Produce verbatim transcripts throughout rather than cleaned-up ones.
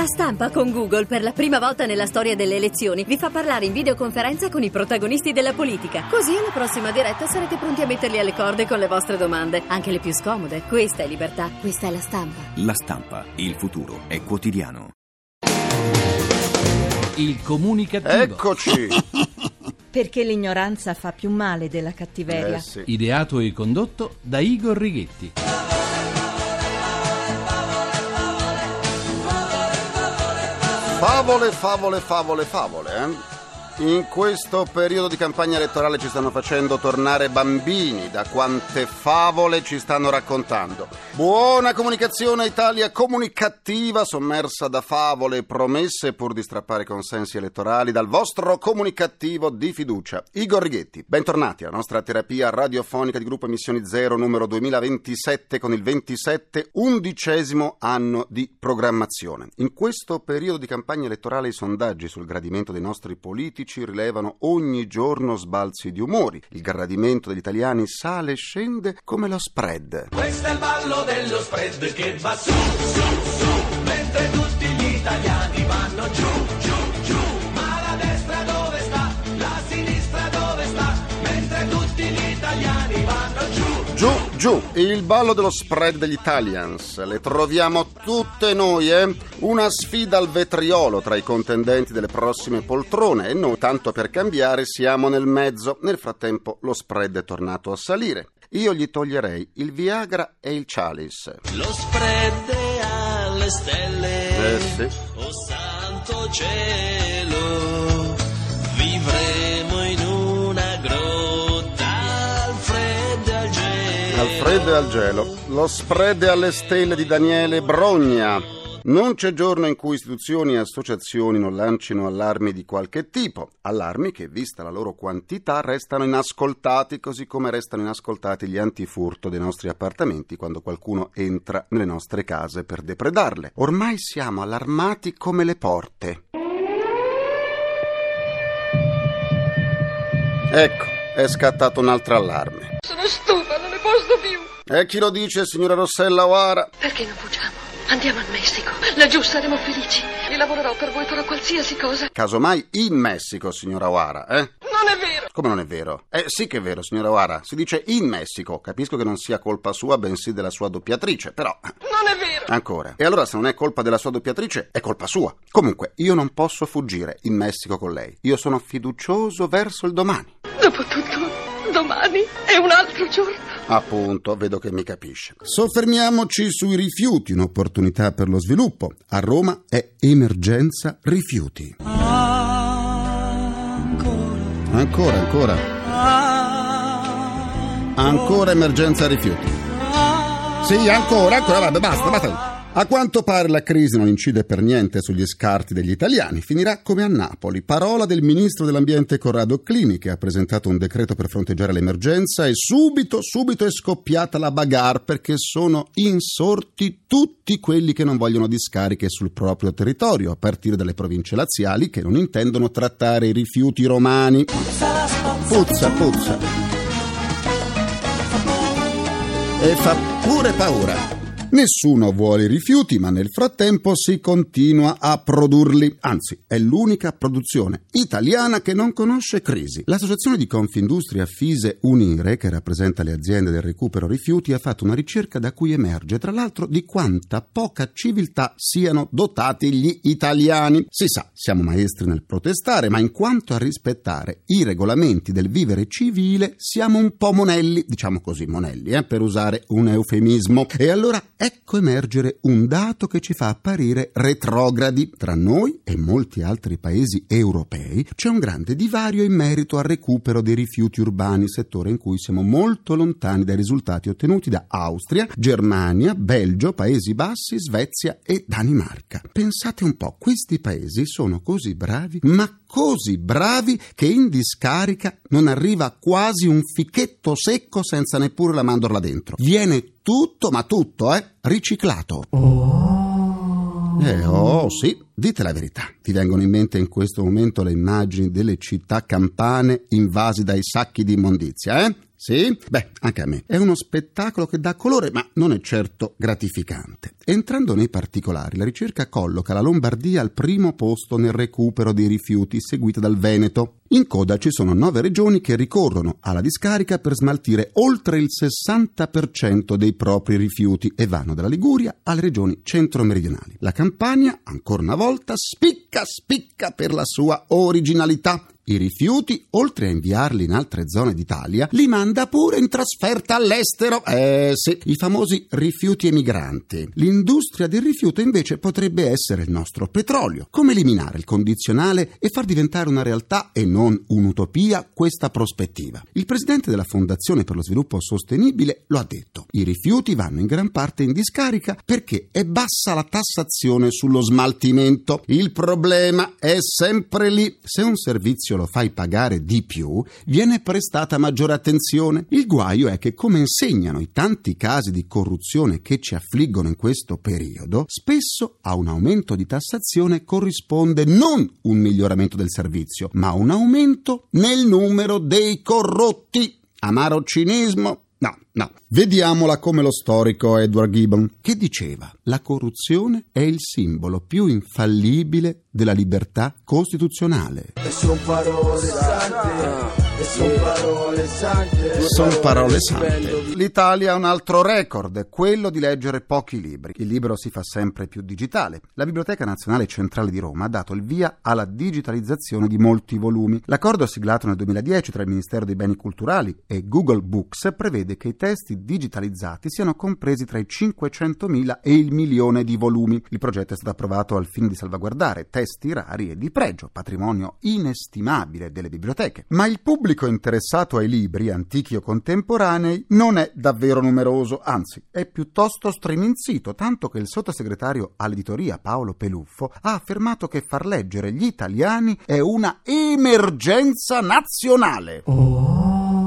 Stampa con Google, per la prima volta nella storia delle elezioni, vi fa parlare in videoconferenza con i protagonisti della politica. Così alla prossima diretta sarete pronti a metterli alle corde con le vostre domande, anche le più scomode. Questa è libertà, questa è La Stampa. La Stampa, il futuro è quotidiano. Il comunicativo. Eccoci. Perché l'ignoranza fa più male della cattiveria. Eh sì. Ideato e condotto da Igor Righetti. Favole, favole, favole, favole, eh? In questo periodo di campagna elettorale ci stanno facendo tornare bambini da quante favole ci stanno raccontando. Buona comunicazione Italia comunicativa, sommersa da favole e promesse pur di strappare consensi elettorali dal vostro comunicativo di fiducia. Igor Righetti, bentornati alla nostra terapia radiofonica di Gruppo Emissioni Zero numero duemilaventisette con il ventisette undicesimo anno di programmazione. In questo periodo di campagna elettorale i sondaggi sul gradimento dei nostri politici ci rilevano ogni giorno sbalzi di umori. Il gradimento degli italiani sale e scende come lo spread. Questo è il ballo dello spread che va su, su, su, mentre tutti gli italiani vanno giù, giù, giù. Ma la destra dove sta? La sinistra dove sta? Mentre tutti gli italiani vanno giù. Giù, giù, il ballo dello spread degli Italians. Le troviamo tutte noi, eh? Una sfida al vetriolo tra i contendenti delle prossime poltrone e noi, tanto per cambiare, siamo nel mezzo. Nel frattempo lo spread è tornato a salire. Io gli toglierei il Viagra e il Chalice. Lo spread è alle stelle. Eh sì. Oh santo cielo, vivremo in una grotta al freddo e al gelo. Al freddo e al gelo. Lo spread è alle stelle di Daniele Brogna. Non c'è giorno in cui istituzioni e associazioni non lancino allarmi di qualche tipo, allarmi che, vista la loro quantità, restano inascoltati, così come restano inascoltati gli antifurto dei nostri appartamenti quando qualcuno entra nelle nostre case per depredarle. Ormai siamo allarmati come le porte. Ecco, è scattato un altro allarme. Sono stufa, non ne posso più. E chi lo dice, signora Rossella O'Hara? Perché non fuggiamo? Andiamo al Messico. Laggiù saremo felici. E lavorerò per voi, farò qualsiasi cosa. Casomai in Messico, signora O'Hara, eh? Non è vero. Come non è vero? Eh sì che è vero, signora O'Hara. Si dice in Messico. Capisco che non sia colpa sua, bensì della sua doppiatrice, però... Non è vero. Ancora. E allora se non è colpa della sua doppiatrice, è colpa sua. Comunque, io non posso fuggire in Messico con lei. Io sono fiducioso verso il domani. Dopotutto, domani è un altro giorno. Appunto, vedo che mi capisce. Soffermiamoci sui rifiuti, un'opportunità per lo sviluppo. A Roma è emergenza rifiuti. Ancora, ancora. Ancora emergenza rifiuti. Sì, ancora, ancora, vabbè, basta, basta. A quanto pare la crisi non incide per niente sugli scarti degli italiani. Finirà come a Napoli. Parola del ministro dell'ambiente Corrado Clini, che ha presentato un decreto per fronteggiare l'emergenza e subito, subito è scoppiata la bagarre perché sono insorti tutti quelli che non vogliono discariche sul proprio territorio, a partire dalle province laziali che non intendono trattare i rifiuti romani. Puzza, puzza. E fa pure paura. Nessuno vuole i rifiuti, ma nel frattempo si continua a produrli. Anzi, è l'unica produzione italiana che non conosce crisi. L'associazione di Confindustria Fise Unire, che rappresenta le aziende del recupero rifiuti, ha fatto una ricerca da cui emerge, tra l'altro, di quanta poca civiltà siano dotati gli italiani. Si sa, siamo maestri nel protestare, ma in quanto a rispettare i regolamenti del vivere civile, siamo un po' monelli, diciamo così, monelli, eh, per usare un eufemismo. E allora ecco emergere un dato che ci fa apparire retrogradi. Tra noi e molti altri paesi europei c'è un grande divario in merito al recupero dei rifiuti urbani, settore in cui siamo molto lontani dai risultati ottenuti da Austria, Germania, Belgio, Paesi Bassi, Svezia e Danimarca. Pensate un po', questi paesi sono così bravi, ma così bravi che in discarica non arriva quasi un fichetto secco senza neppure la mandorla dentro. Viene tutto, ma tutto, eh, riciclato. Oh. Eh, oh, sì, dite la verità. Ti vengono in mente in questo momento le immagini delle città campane invasi dai sacchi di immondizia, eh? Sì? Beh, anche a me. È uno spettacolo che dà colore, ma non è certo gratificante. Entrando nei particolari, la ricerca colloca la Lombardia al primo posto nel recupero dei rifiuti, seguita dal Veneto. In coda ci sono nove regioni che ricorrono alla discarica per smaltire oltre il sessanta per cento dei propri rifiuti e vanno dalla Liguria alle regioni centro-meridionali. La Campania, ancora una volta, spicca spicca per la sua originalità. I rifiuti, oltre a inviarli in altre zone d'Italia, li manda pure in trasferta all'estero. Eh sì, i famosi rifiuti emigranti. L'industria del rifiuto invece potrebbe essere il nostro petrolio. Come eliminare il condizionale e far diventare una realtà e non un'utopia questa prospettiva? Il presidente della Fondazione per lo Sviluppo Sostenibile lo ha detto. I rifiuti vanno in gran parte in discarica perché è bassa la tassazione sullo smaltimento. Il problema è sempre lì. Se un servizio lo fai pagare di più, viene prestata maggiore attenzione. Il guaio è che, come insegnano i tanti casi di corruzione che ci affliggono in questo periodo, spesso a un aumento di tassazione corrisponde non un miglioramento del servizio, ma un aumento nel numero dei corrotti. Amaro cinismo? No, no. Vediamola come lo storico Edward Gibbon, che diceva: la corruzione è il simbolo più infallibile della libertà costituzionale. E son parole sante, e son parole sante. Sono parole sante. L'Italia ha un altro record, quello di leggere pochi libri. Il libro si fa sempre più digitale. La Biblioteca Nazionale Centrale di Roma ha dato il via alla digitalizzazione di molti volumi. L'accordo siglato nel duemiladieci tra il Ministero dei Beni Culturali e Google Books prevede che i testi digitalizzati siano compresi tra i cinquecentomila e il milione di volumi. Il progetto è stato approvato al fine di salvaguardare testi rari e di pregio, patrimonio inestimabile delle biblioteche. Ma il pubblico interessato ai libri, antichi o contemporanei, non è davvero numeroso, anzi è piuttosto striminzito, tanto che il sottosegretario all'editoria Paolo Peluffo ha affermato che far leggere gli italiani è una emergenza nazionale. Oh.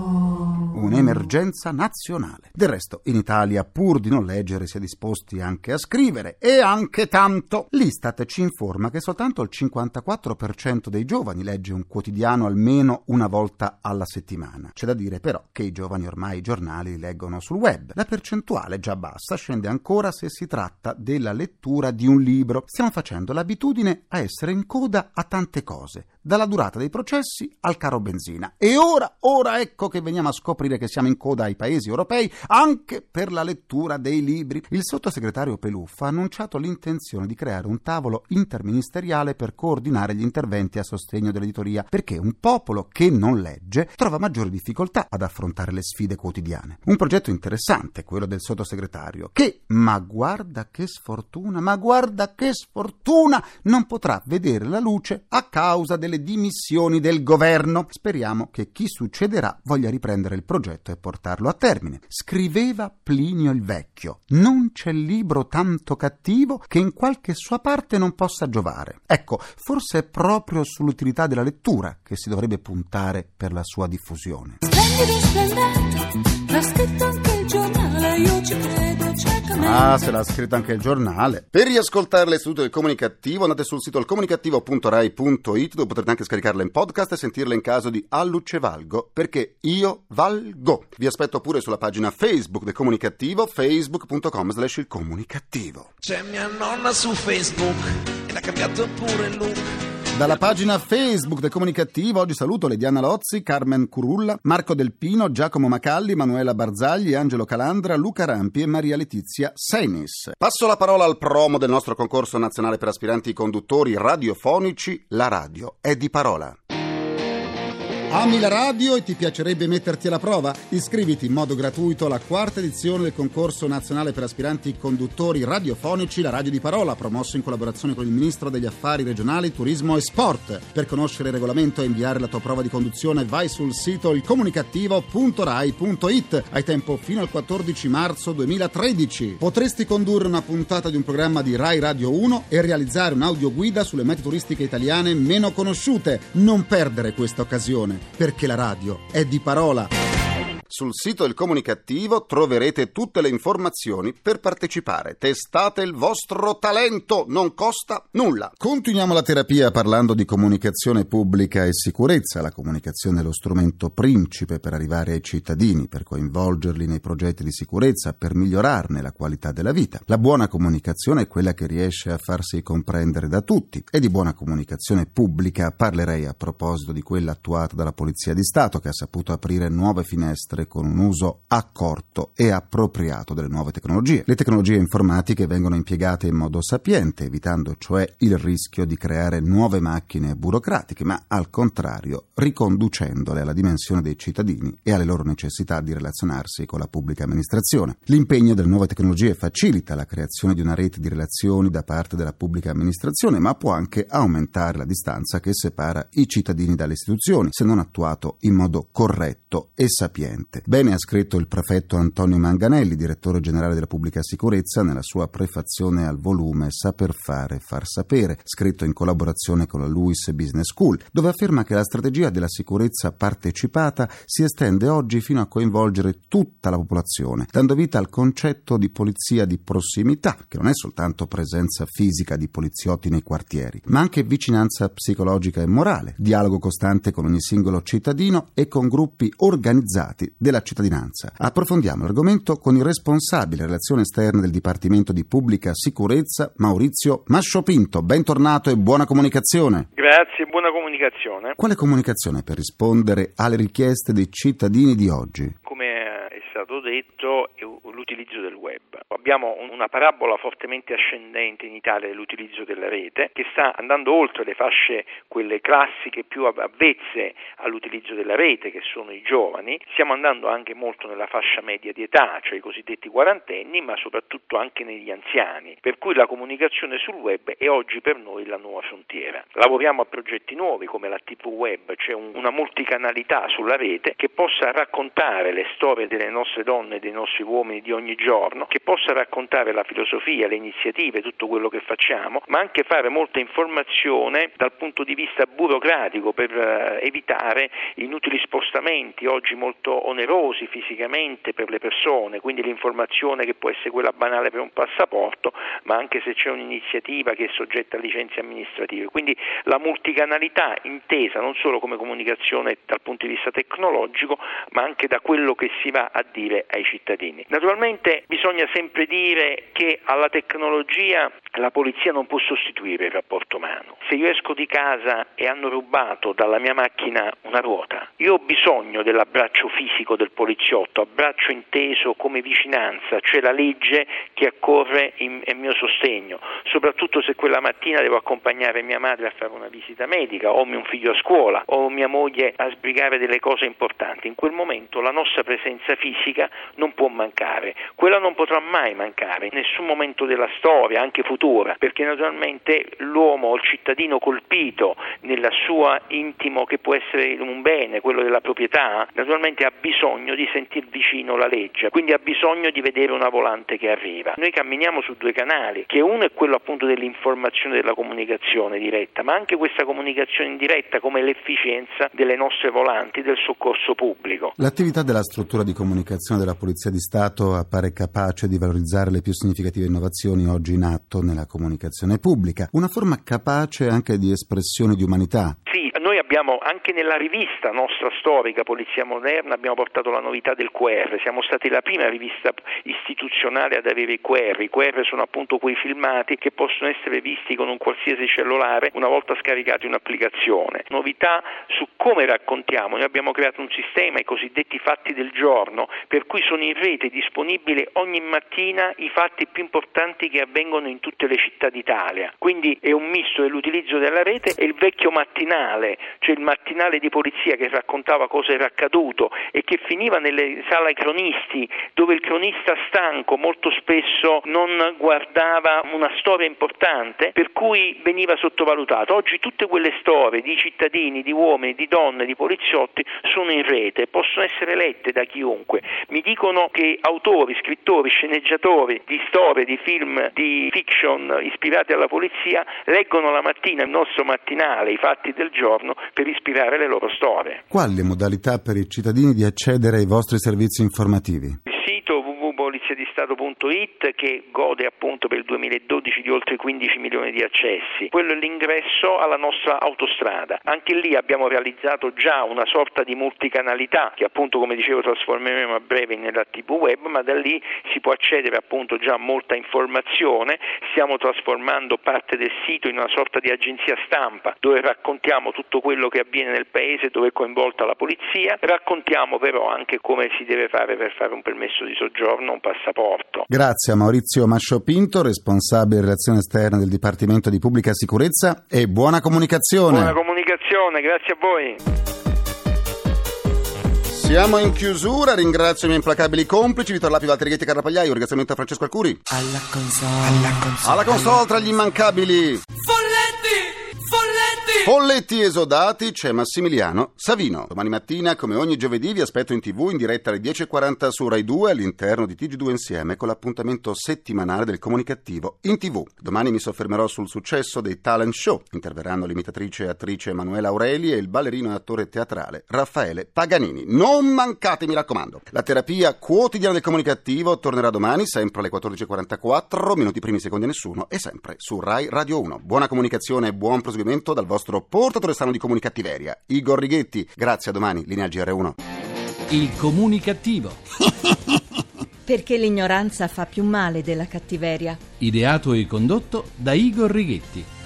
Un'emergenza nazionale. Del resto, in Italia, pur di non leggere, si è disposti anche a scrivere, e anche tanto. L'Istat ci informa che soltanto il cinquantaquattro per cento dei giovani legge un quotidiano almeno una volta alla settimana. C'è da dire però che i giovani ormai i giornali li leggono sul web. La percentuale, già bassa, scende ancora se si tratta della lettura di un libro. Stiamo facendo l'abitudine a essere in coda a tante cose, dalla durata dei processi al caro benzina. E ora, ora ecco che veniamo a scoprire che siamo in coda ai paesi europei anche per la lettura dei libri. Il sottosegretario Peluffa ha annunciato l'intenzione di creare un tavolo interministeriale per coordinare gli interventi a sostegno dell'editoria, perché un popolo che non legge trova maggiori difficoltà ad affrontare le sfide quotidiane. Un progetto interessante, quello del sottosegretario, che, ma guarda che sfortuna, ma guarda che sfortuna, non potrà vedere la luce a causa delle dimissioni del governo. Speriamo che chi succederà voglia riprendere il progetto e portarlo a termine. Scriveva Plinio il Vecchio: non c'è libro tanto cattivo che in qualche sua parte non possa giovare. Ecco, forse è proprio sull'utilità della lettura che si dovrebbe puntare per la sua diffusione. Splendido, splendente, l'ha scritto anche il giornale, io ci credo ciecamente. Ah, se l'ha scritto anche il giornale. Per riascoltare l'Istituto del Comunicativo andate sul sito ilcomunicativo punto rai punto it, dove potrete anche scaricarla in podcast e sentirla in caso di Alluce Valgo, perché io valgo. Vi aspetto pure sulla pagina Facebook del Comunicativo, facebook punto com slash il comunicativo. C'è mia nonna su Facebook e l'ha cambiato pure il look. Dalla pagina Facebook del Comunicativo oggi saluto Lediana Lozzi, Carmen Curulla, Marco Del Pino, Giacomo Macalli, Manuela Barzagli, Angelo Calandra, Luca Rampi e Maria Letizia Senis. Passo la parola al promo del nostro concorso nazionale per aspiranti conduttori radiofonici. La radio è di parola. Ami la radio e ti piacerebbe metterti alla prova? Iscriviti in modo gratuito alla quarta edizione del concorso nazionale per aspiranti conduttori radiofonici La Radio di Parola, promosso in collaborazione con il Ministro degli Affari Regionali, Turismo e Sport. Per conoscere il regolamento e inviare la tua prova di conduzione vai sul sito ilcomunicativo punto rai punto it. Hai tempo fino al quattordici marzo duemilatredici. Potresti condurre una puntata di un programma di Rai Radio uno e realizzare un'audioguida sulle mete turistiche italiane meno conosciute. Non perdere questa occasione, perché la radio è di parola. Sul sito del Comunicativo troverete tutte le informazioni per partecipare. Testate il vostro talento, non costa nulla. Continuiamo la terapia parlando di comunicazione pubblica e sicurezza. La comunicazione è lo strumento principe per arrivare ai cittadini, per coinvolgerli nei progetti di sicurezza, per migliorarne la qualità della vita. La buona comunicazione è quella che riesce a farsi comprendere da tutti, e di buona comunicazione pubblica parlerei a proposito di quella attuata dalla Polizia di Stato, che ha saputo aprire nuove finestre con un uso accorto e appropriato delle nuove tecnologie. Le tecnologie informatiche vengono impiegate in modo sapiente, evitando cioè il rischio di creare nuove macchine burocratiche, ma al contrario riconducendole alla dimensione dei cittadini e alle loro necessità di relazionarsi con la pubblica amministrazione. L'impegno delle nuove tecnologie facilita la creazione di una rete di relazioni da parte della pubblica amministrazione, ma può anche aumentare la distanza che separa i cittadini dalle istituzioni, se non attuato in modo corretto e sapiente. Bene ha scritto il prefetto Antonio Manganelli, direttore generale della pubblica sicurezza, nella sua prefazione al volume Saper fare, far sapere, scritto in collaborazione con la Luis Business School, dove afferma che la strategia della sicurezza partecipata si estende oggi fino a coinvolgere tutta la popolazione, dando vita al concetto di polizia di prossimità, che non è soltanto presenza fisica di poliziotti nei quartieri, ma anche vicinanza psicologica e morale, dialogo costante con ogni singolo cittadino e con gruppi organizzati della cittadinanza. Approfondiamo l'argomento con il responsabile relazioni esterne del Dipartimento di Pubblica Sicurezza, Maurizio Masciopinto. Bentornato e buona comunicazione. Grazie, buona comunicazione. Quale comunicazione per rispondere alle richieste dei cittadini di oggi? Come è stato detto, è l'utilizzo del web. Abbiamo una parabola fortemente ascendente in Italia dell'utilizzo della rete, che sta andando oltre le fasce, quelle classiche più avvezze all'utilizzo della rete, che sono i giovani. Stiamo andando anche molto nella fascia media di età, cioè i cosiddetti quarantenni, ma soprattutto anche negli anziani, per cui la comunicazione sul web è oggi per noi la nuova frontiera. Lavoriamo a progetti nuovi come la tivù web, cioè un, una multicanalità sulla rete che possa raccontare le storie delle nostre donne e dei nostri uomini di ogni giorno, che possa raccontare la filosofia, le iniziative, tutto quello che facciamo, ma anche fare molta informazione dal punto di vista burocratico per uh, evitare inutili spostamenti oggi molto onerosi fisicamente per le persone, quindi l'informazione che può essere quella banale per un passaporto, ma anche se c'è un'iniziativa che è soggetta a licenze amministrative. Quindi la multicanalità intesa non solo come comunicazione dal punto di vista tecnologico, ma anche da quello che si va a dire ai cittadini. Naturalmente bisogna sempre dire che alla tecnologia la polizia non può sostituire il rapporto umano. Se io esco di casa e hanno rubato dalla mia macchina una ruota, io ho bisogno dell'abbraccio fisico del poliziotto, abbraccio inteso come vicinanza, cioè la legge che accorre in, in mio sostegno, soprattutto se quella mattina devo accompagnare mia madre a fare una visita medica, o mio figlio a scuola, o mia moglie a sbrigare delle cose importanti. In quel momento la nostra presenza fisica non può mancare, quella non potrà mai mancare in nessun momento della storia, anche futura, perché naturalmente l'uomo o il cittadino colpito nella sua intimo, che può essere un bene, quello della proprietà, naturalmente ha bisogno di sentir vicino la legge, quindi ha bisogno di vedere una volante che arriva. Noi camminiamo su due canali, che uno è quello appunto dell'informazione, della comunicazione diretta, ma anche questa comunicazione indiretta come l'efficienza delle nostre volanti, del soccorso pubblico. L'attività della struttura di comunicazione della Polizia di Stato appare capace di valorizzare le più significative innovazioni oggi in atto nella comunicazione pubblica, una forma capace anche di espressione di umanità. Sì, noi abbiamo anche nella rivista nostra storica Polizia Moderna abbiamo portato la novità del Q R, siamo stati la prima rivista istituzionale ad avere i Q R. I Q R sono appunto quei filmati che possono essere visti con un qualsiasi cellulare una volta scaricati un'applicazione. Novità su come raccontiamo, noi abbiamo creato un sistema, i cosiddetti fatti del giorno, per cui sono in rete disponibili ogni mattina i fatti più importanti che avvengono in tutte le città d'Italia. Quindi è un misto dell'utilizzo della rete e il vecchio mattinale, cioè il mattinale di polizia che raccontava cosa era accaduto e che finiva nelle sale cronisti, dove il cronista stanco molto spesso non guardava una storia importante, per cui veniva sottovalutato. Oggi tutte quelle storie di cittadini, di uomini, di donne, di poliziotti sono in rete, possono essere lette da chiunque. Mi dicono che autori, scrittori, sceneggiatori di storie, di film, di fiction ispirati alla polizia leggono la mattina il nostro mattinale, i fatti del giorno, per ispirare le loro storie. Quali le modalità per i cittadini di accedere ai vostri servizi informativi? polizia di stato punto it, che gode appunto per il duemiladodici di oltre quindici milioni di accessi. Quello è l'ingresso alla nostra autostrada. Anche lì abbiamo realizzato già una sorta di multicanalità che appunto, come dicevo, trasformeremo a breve nella tivù web, ma da lì si può accedere appunto già a molta informazione. Stiamo trasformando parte del sito in una sorta di agenzia stampa dove raccontiamo tutto quello che avviene nel paese, dove è coinvolta la polizia. Raccontiamo però anche come si deve fare per fare un permesso di soggiorno, un passaporto. Grazie a Maurizio Masciopinto, responsabile relazioni esterne del Dipartimento di Pubblica Sicurezza, e buona comunicazione. Buona comunicazione, grazie a voi. Siamo in chiusura, ringrazio i miei implacabili complici Vittor Lapi, Valtteri Ghetti e Carla Pagliaio. Ringraziamento a Francesco Alcuri Alla console, alla console, alla console tra gli immancabili Folletti, Folletti, Folletti esodati, c'è Massimiliano Savino. Domani mattina, come ogni giovedì, vi aspetto in tv in diretta alle dieci e quaranta su Rai due all'interno di T G due Insieme con l'appuntamento settimanale del Comunicativo in tv. Domani mi soffermerò sul successo dei talent show. Interverranno l'imitatrice e attrice Emanuela Aureli e il ballerino e attore teatrale Raffaele Paganini. Non mancate, mi raccomando. La terapia quotidiana del Comunicativo tornerà domani, sempre alle quattordici e quarantaquattro, minuti primi, secondi a nessuno, e sempre su Rai Radio uno. Buona comunicazione e buon proseguimento dal vostro portatore strano di comunicattiveria, Igor Righetti. Grazie, a domani, linea G R uno. Il Comunicativo. Perché l'ignoranza fa più male della cattiveria. Ideato e condotto da Igor Righetti.